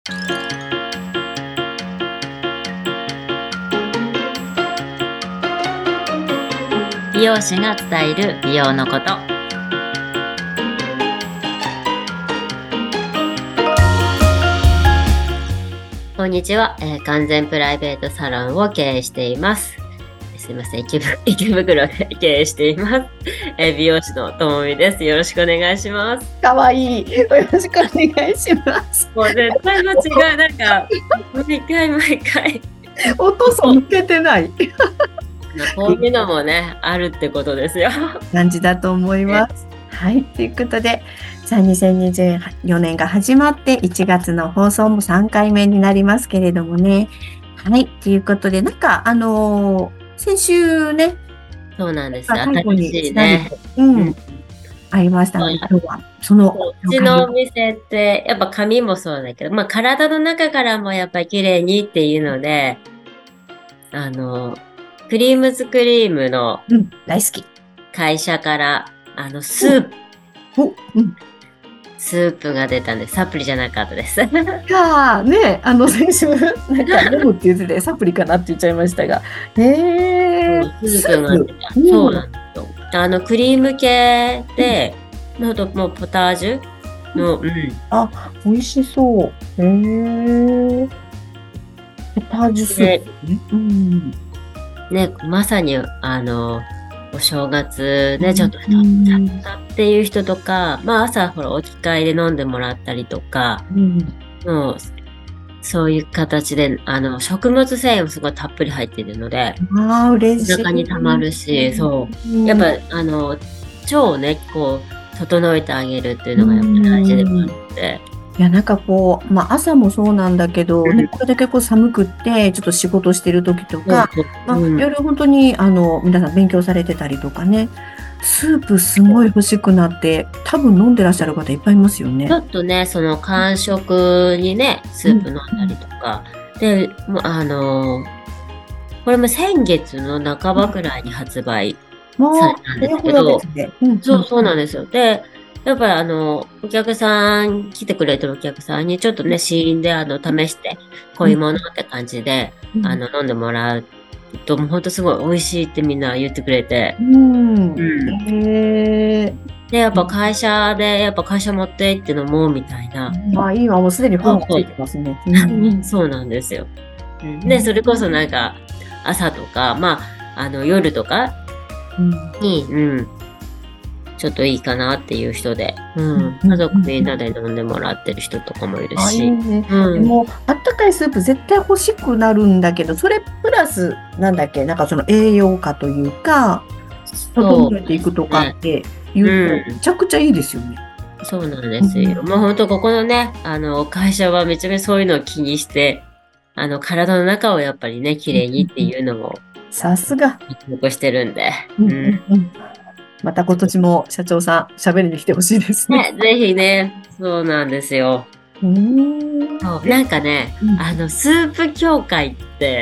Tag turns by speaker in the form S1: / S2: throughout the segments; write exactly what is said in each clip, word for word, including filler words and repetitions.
S1: 美容師が伝える美容のこと。こんにちは、えー、完全プライベートサロンを経営しています。すいません、池袋、池袋で経営しています。えー、美容師のともみです。よろしくお願いします。
S2: かわいい。よろしくお願いします。
S1: もう絶対間違い、なんか、毎回毎回。
S2: お父さん抜けてない。
S1: こういうのもね、あるってことですよ。
S2: 感じだと思います。はい、ということで、さあにせんにじゅうよねんが始まっていちがつの放送もさんかいめになりますけれどもね。はい、ということで、なんか、あのー、先週ね。
S1: そうなんですよ。新しいね。
S2: うん。うん、ありましたので、今日は、その。
S1: うちのお店って、やっぱ髪もそうだけど、まあ体の中からもやっぱり綺麗にっていうので、あの、クリームズクリームの、
S2: うん、大好き。
S1: 会社から、あの、スープ。
S2: お、うん。
S1: スープが出たんで、サプリじゃなかったです。い
S2: やー、ね、あの、先週、なんか、飲むって言ってて、サプリかなって言っちゃいましたが。へー。
S1: スープが出た。そうなんですよ。あの、クリーム系で、うん、ほんともうポタージュの、うん。
S2: あ、美味しそう。へー。ポタージュスープね。うん。
S1: ね、まさに、あの、お正月でちょっと太っちゃったっていう人とか、まあ朝ほら置き換えで飲んでもらったりとか、うん、もうそういう形で、あの、食物繊維もすごいたっぷり入っているので、
S2: ああ、嬉しい。
S1: お腹にたまるし、そう。やっぱ、あの、腸をね、こう、整えてあげるっていうのがやっぱり大事でもあるので、
S2: いや、なんかこう、まあ朝もそうなんだけど、うん、これだけこう寒くって、ちょっと仕事してる時とか、うん、まあ、夜本当に、あの、皆さん勉強されてたりとかね、スープすごい欲しくなって、多分飲んでらっしゃる方いっぱいいますよね。
S1: ちょっとね、その間食にね、スープ飲んだりとか、うん、で、もうあの、これも先月の半ばくらいに発売されたんですけど、うん、そう、そうなんですよ。で、やっぱりあの、お客さん、来てくれてるお客さんにちょっとね、試飲であの、試して、こういうものって感じで、うん、あの、飲んでもらうと、もうほんとすごい美味しいってみんな言ってくれて。うん。うん、へー。で、やっぱ会社で、やっぱ会社持って行って飲もうみたいな。
S2: まあ、今もうすでに本がついてますね。
S1: そうなんですよ。うん、で、それこそなんか、朝とか、まあ、あの、夜とかに、うん、うんちょっといいかなっていう人で、うん、家族みんなで飲んでもらってる人とかもいるし。いいね。
S2: うん、でも、あったかいスープ絶対欲しくなるんだけど、それプラス、なんだっけ、なんかその栄養価というか、整えていくとかっていうと、ねうん、めちゃくちゃいいですよね。
S1: そうなんですよ。うん、もう本当ここのね、あの、会社はめちゃめちゃそういうのを気にして、あの、体の中をやっぱりね、綺麗にっていうのを、
S2: さすが。
S1: 残してるんで。
S2: うん。うんまた今年も社長さん喋りに来てほしいですね。
S1: ね、ぜひね、そうなんですよ。うんそうなんかね、うん、あの、スープ協会って、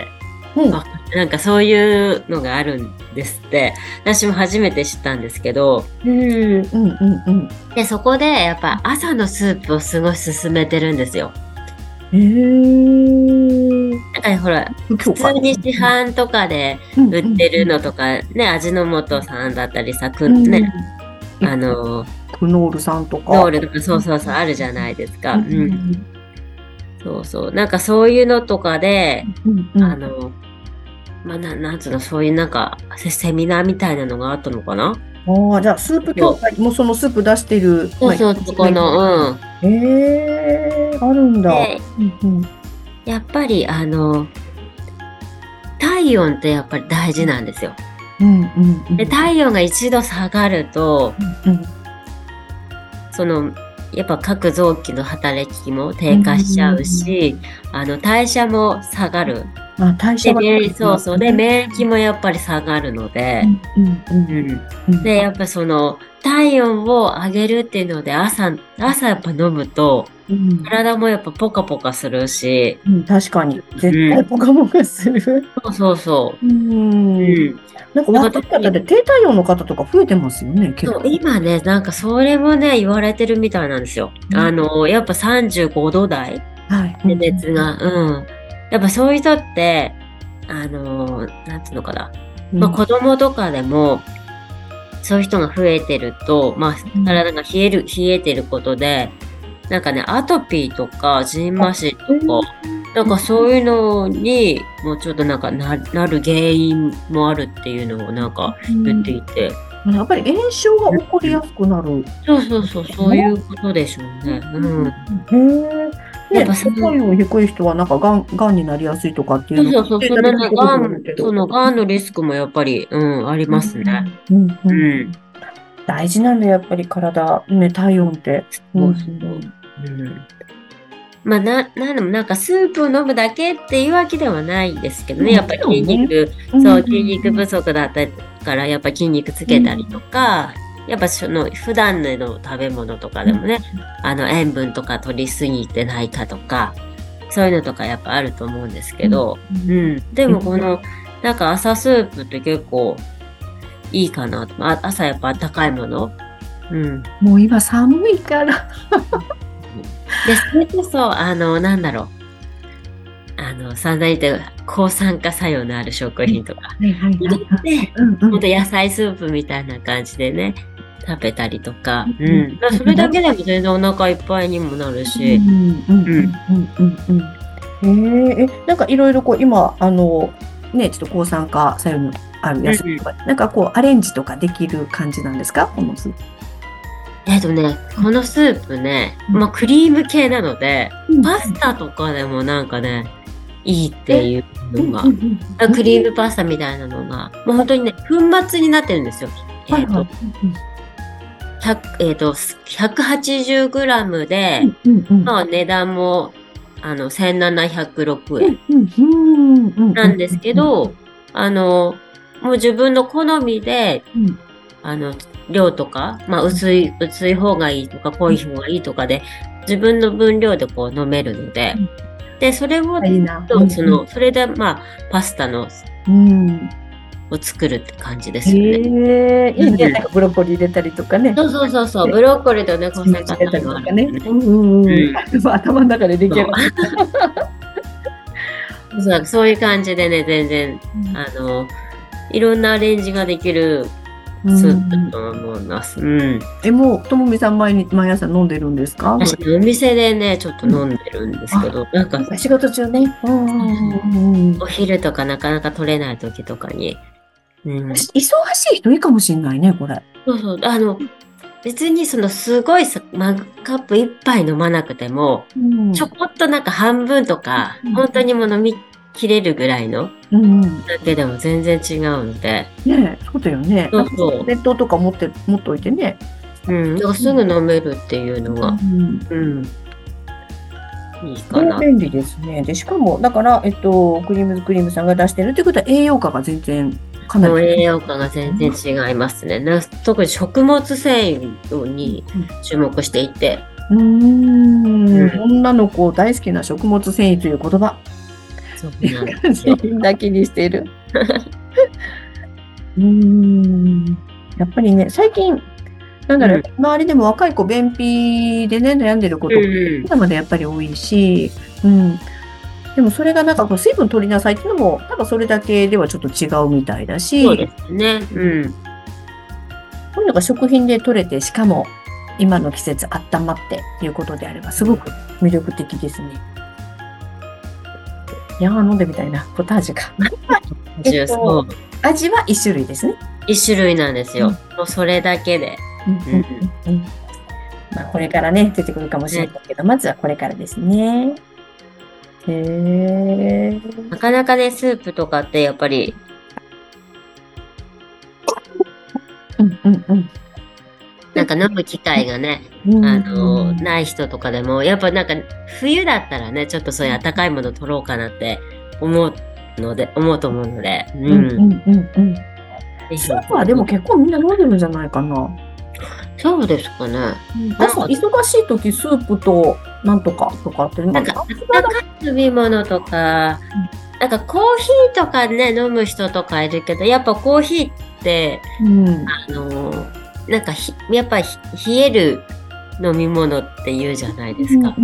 S1: うん、なんかそういうのがあるんですって、私も初めて知ったんですけど、うん、うんうんうんで、そこでやっぱ朝のスープをすごい勧めてるんですよ。へー。なんかほら、普通に市販とかで売ってるのとか、ね、味の素さんだったりさ、くね、あの、
S2: クノールさんとか。
S1: ノールとか、そうそうそう、あるじゃないですか。うん。そうそう。なんかそういうのとかで、あの、まあ、ななんつうの、そういうなんか、セミナーみたいなのがあったのかな
S2: ああ、じゃあ、スープ協会もそのスープ出してる。
S1: そうそう、そこの、うん。
S2: へえ、あるんだ。
S1: やっぱり、あの、体温ってやっぱり大事なんですよ。うんうんうん、で体温が一度下がると、うんうん、その、やっぱ各臓器の働きも低下しちゃうし、うんうん、あの代謝も下がる。
S2: あ、代謝が
S1: で、そうそう。で、免疫もやっぱり下がるので、で、やっぱその、体温を上げるっていうので、朝、朝やっぱ飲むと、うん、体もやっぱポカポカするし。
S2: うん、確かに。絶対ポカポカする。
S1: うん、そうそうそう。うん。
S2: うん、なんか若い方で低体温の方とか増えてますよね、結構。
S1: そう、今ね、なんかそれもね、言われてるみたいなんですよ。うん、あの、やっぱさんじゅうごど台。
S2: はい。
S1: で熱が。うん。やっぱそういう人って、あの、なんつうのかな。まあ子供とかでも、そういう人が増えてると、まあ体が冷える、冷えてることで、なんかね、アトピーとか、ジンマシンとか、なんかそういうのに、もうちょっとなんかな、なる原因もあるっていうのをなんか言っていて。
S2: やっぱり炎症が起こりやすくなる。
S1: そうそうそう、そういうことでしょうね。うん。
S2: へえ。やっぱ体温低い人はなんかがん、がんになりやすいとかっていうの
S1: そうそうそう、そんなね、がん、そのがんのリスクもやっぱり、うん、ありますね。
S2: うんうん。大事なんだ、やっぱり体、ね、体温って。
S1: そうそう。うん。まあ、な、なんでもなんかスープを飲むだけっていうわけではないんですけどね、やっぱり筋肉、そう、筋肉不足だったから、やっぱり筋肉つけたりとか、やっぱその普段の食べ物とかでもね、あの塩分とか取りすぎてないかとか、そういうのとかやっぱあると思うんですけど、うん。でもこの、なんか朝スープって結構いいかな。あ、朝やっぱ温かいもの。うん。
S2: もう今寒いから。
S1: で、それこそ、あの、なんだろう。あの、散々言って抗酸化作用のある食品とか入れて、ほんと野菜スープみたいな感じでね、食べたりとか、うん。それだけでも全然お腹いっぱいにもなるし、うん。うん
S2: うんうん。へえ、なんかいろいろこう、今、あの、ね、ちょっと抗酸化作用のある野菜とか、なんかこう、アレンジとかできる感じなんですか、このスープ。
S1: えっとね、このスープね、まあクリーム系なので、パスタとかでもなんかね、いいっていうのが、クリームパスタみたいなのが、もう本当にね、粉末になってるんですよ。えっと、ひゃく、えっと、ひゃくはちじゅうグラムで、まあ値段も、あの、せんななひゃくろくえんなんですけど、あの、もう自分の好みで、あの、量とか、まあ、薄い、薄い方がいいとか、濃い方がいいとかで、自分の分量でこう飲めるので、で、それを、その、それで、まあ、パスタの、を作るって感じですよね。
S2: へえ、いいね。なんかブロッコリー入れたりとかね。
S1: そうそうそうそう、ブロッコリーとね、抗酸化作用があるね。
S2: うんうん。頭の中で出来上が
S1: る。そういう感じでね、全然、あの、いろんなアレンジができるスープだと思います。うん。
S2: え、もう、ともみさん毎日、毎朝飲んでるんですか？
S1: 私、お店でね、ちょっと飲んでるんですけど、なんか、
S2: 仕事中ね。
S1: お昼とかなかなか取れない時とかに。
S2: うん、忙しい人いいかもしんないね、これ。
S1: そうそう。あの、別にそのすごいマグカップ一杯飲まなくても、うん、ちょこっとなんか半分とか、うん、本当にもう飲み切れるぐらいの、うん、だけでも全然違うので。
S2: ねえ、そうだよね。そうそう。熱湯とか持って、持っといてね。
S1: うん、だからすぐ飲めるっていうのが、うん。うん、いいかな。
S2: 便利ですね。で、しかも、だから、えっと、クリームズクリームさんが出してるってことは栄養価が全然、
S1: かなり栄養価が全然違いますね。な特に食物繊維に注目していて。
S2: うーん、うん、女の子大好きな食物繊維という言葉。
S1: そうなんですよ。
S2: だけにしている。うーん。やっぱりね、最近、なんだろう、うん、周りでも若い子、便秘でね、悩んでる子とか、まだまだやっぱり多いし、うん。でもそれがなんかこう水分取りなさいっていうのも、なんかそれだけではちょっと違うみたいだし、
S1: そうですね。うん。
S2: こういうのが食品で取れて、しかも今の季節温まっていうことであれば、すごく魅力的ですね。いやー、飲んでみたいな、ポタージュか。えっと、味は一種類ですね。
S1: 一種類なんですよ。うん、もうそれだけで。
S2: まあこれからね、出てくるかもしれないけど、ね、まずはこれからですね。へー。
S1: なかなかね、スープとかってやっぱり、
S2: うんうんうん。
S1: なんか飲む機会がね、うん、あの、ない人とかでも、やっぱなんか冬だったらね、ちょっとそういう温かいもの取ろうかなって思うので、思うと思うので、うん。うんうんうんうん。
S2: スープはでも結構みんな飲んでるんじゃないかな。
S1: そうですかね。
S2: 朝忙しい時スープとなんとかとかって
S1: なんか温かい飲み物とか、なんかコーヒーとかね飲む人とかいるけど、やっぱコーヒーって、うん、あのなんかひやっぱり冷える飲み物って言うじゃないですか。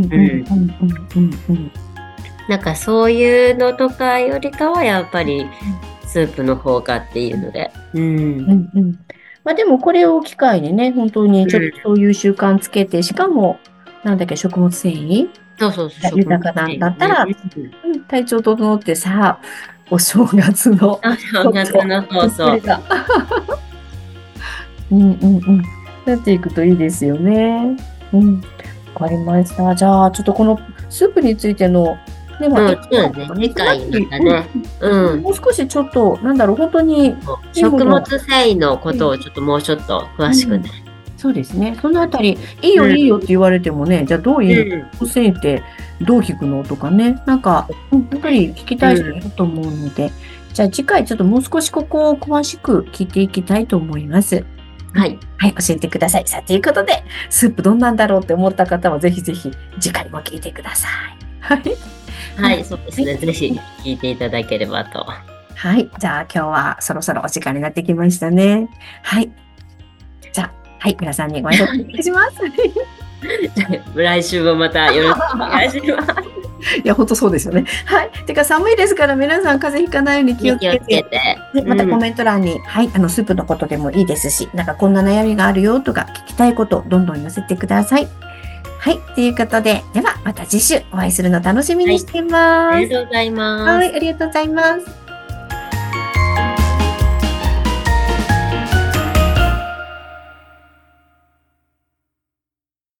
S1: なんかそういうのとかよりかはやっぱりスープの方がっていうので。うんうんうん、
S2: まあでもこれを機会にね、本当にちょっとそういう習慣つけて、うん、しかも、なんだっけ、食物繊維
S1: そうそうそう。
S2: 豊かなんだったら、ね、うん、体調整ってさ、お正月の。
S1: お正月のそうそう。
S2: うんうんうん。なっていくといいですよね。うん。わかりました。じゃあ、ちょっとこのスープについての、
S1: ね、まあ、うん、そうですね。次回またね。
S2: うん。もう少しちょっと、なんだろう、本当に。
S1: 食物繊維のことをちょっともうちょっと詳しくね。
S2: うん、そうですね。そのあたり、いいよいいよって言われてもね、じゃあどういう、食物繊維ってどう引くのとかね。なんか、うん、やっぱり聞きたい人いると思うので、うん、じゃあ次回ちょっともう少しここを詳しく聞いていきたいと思います。
S1: はい。
S2: はい、教えてください。さあ、ということで、スープどんなんだろうって思った方は、ぜひぜひ次回も聞いてください。はい。
S1: はい、そうですね。ぜひ聞いていただければと。
S2: はい。じゃあ、今日はそろそろお時間になってきましたね。はい。じゃあ、はい。皆さんにご挨拶お願いします。
S1: 来週もまたよろしくお願いします。
S2: いや、本当そうですよね。はい。てか、寒いですから、皆さん風邪ひかないように気をつけて。
S1: 気をつけて。
S2: うん、またコメント欄に、はい、あの、スープのことでもいいですし、なんかこんな悩みがあるよとか、聞きたいこと、どんどん寄せてください。はい。ということで、では、また次週お会いするの楽しみにしています。
S1: はい、ありがとうございます。
S2: はい、ありがとうございます。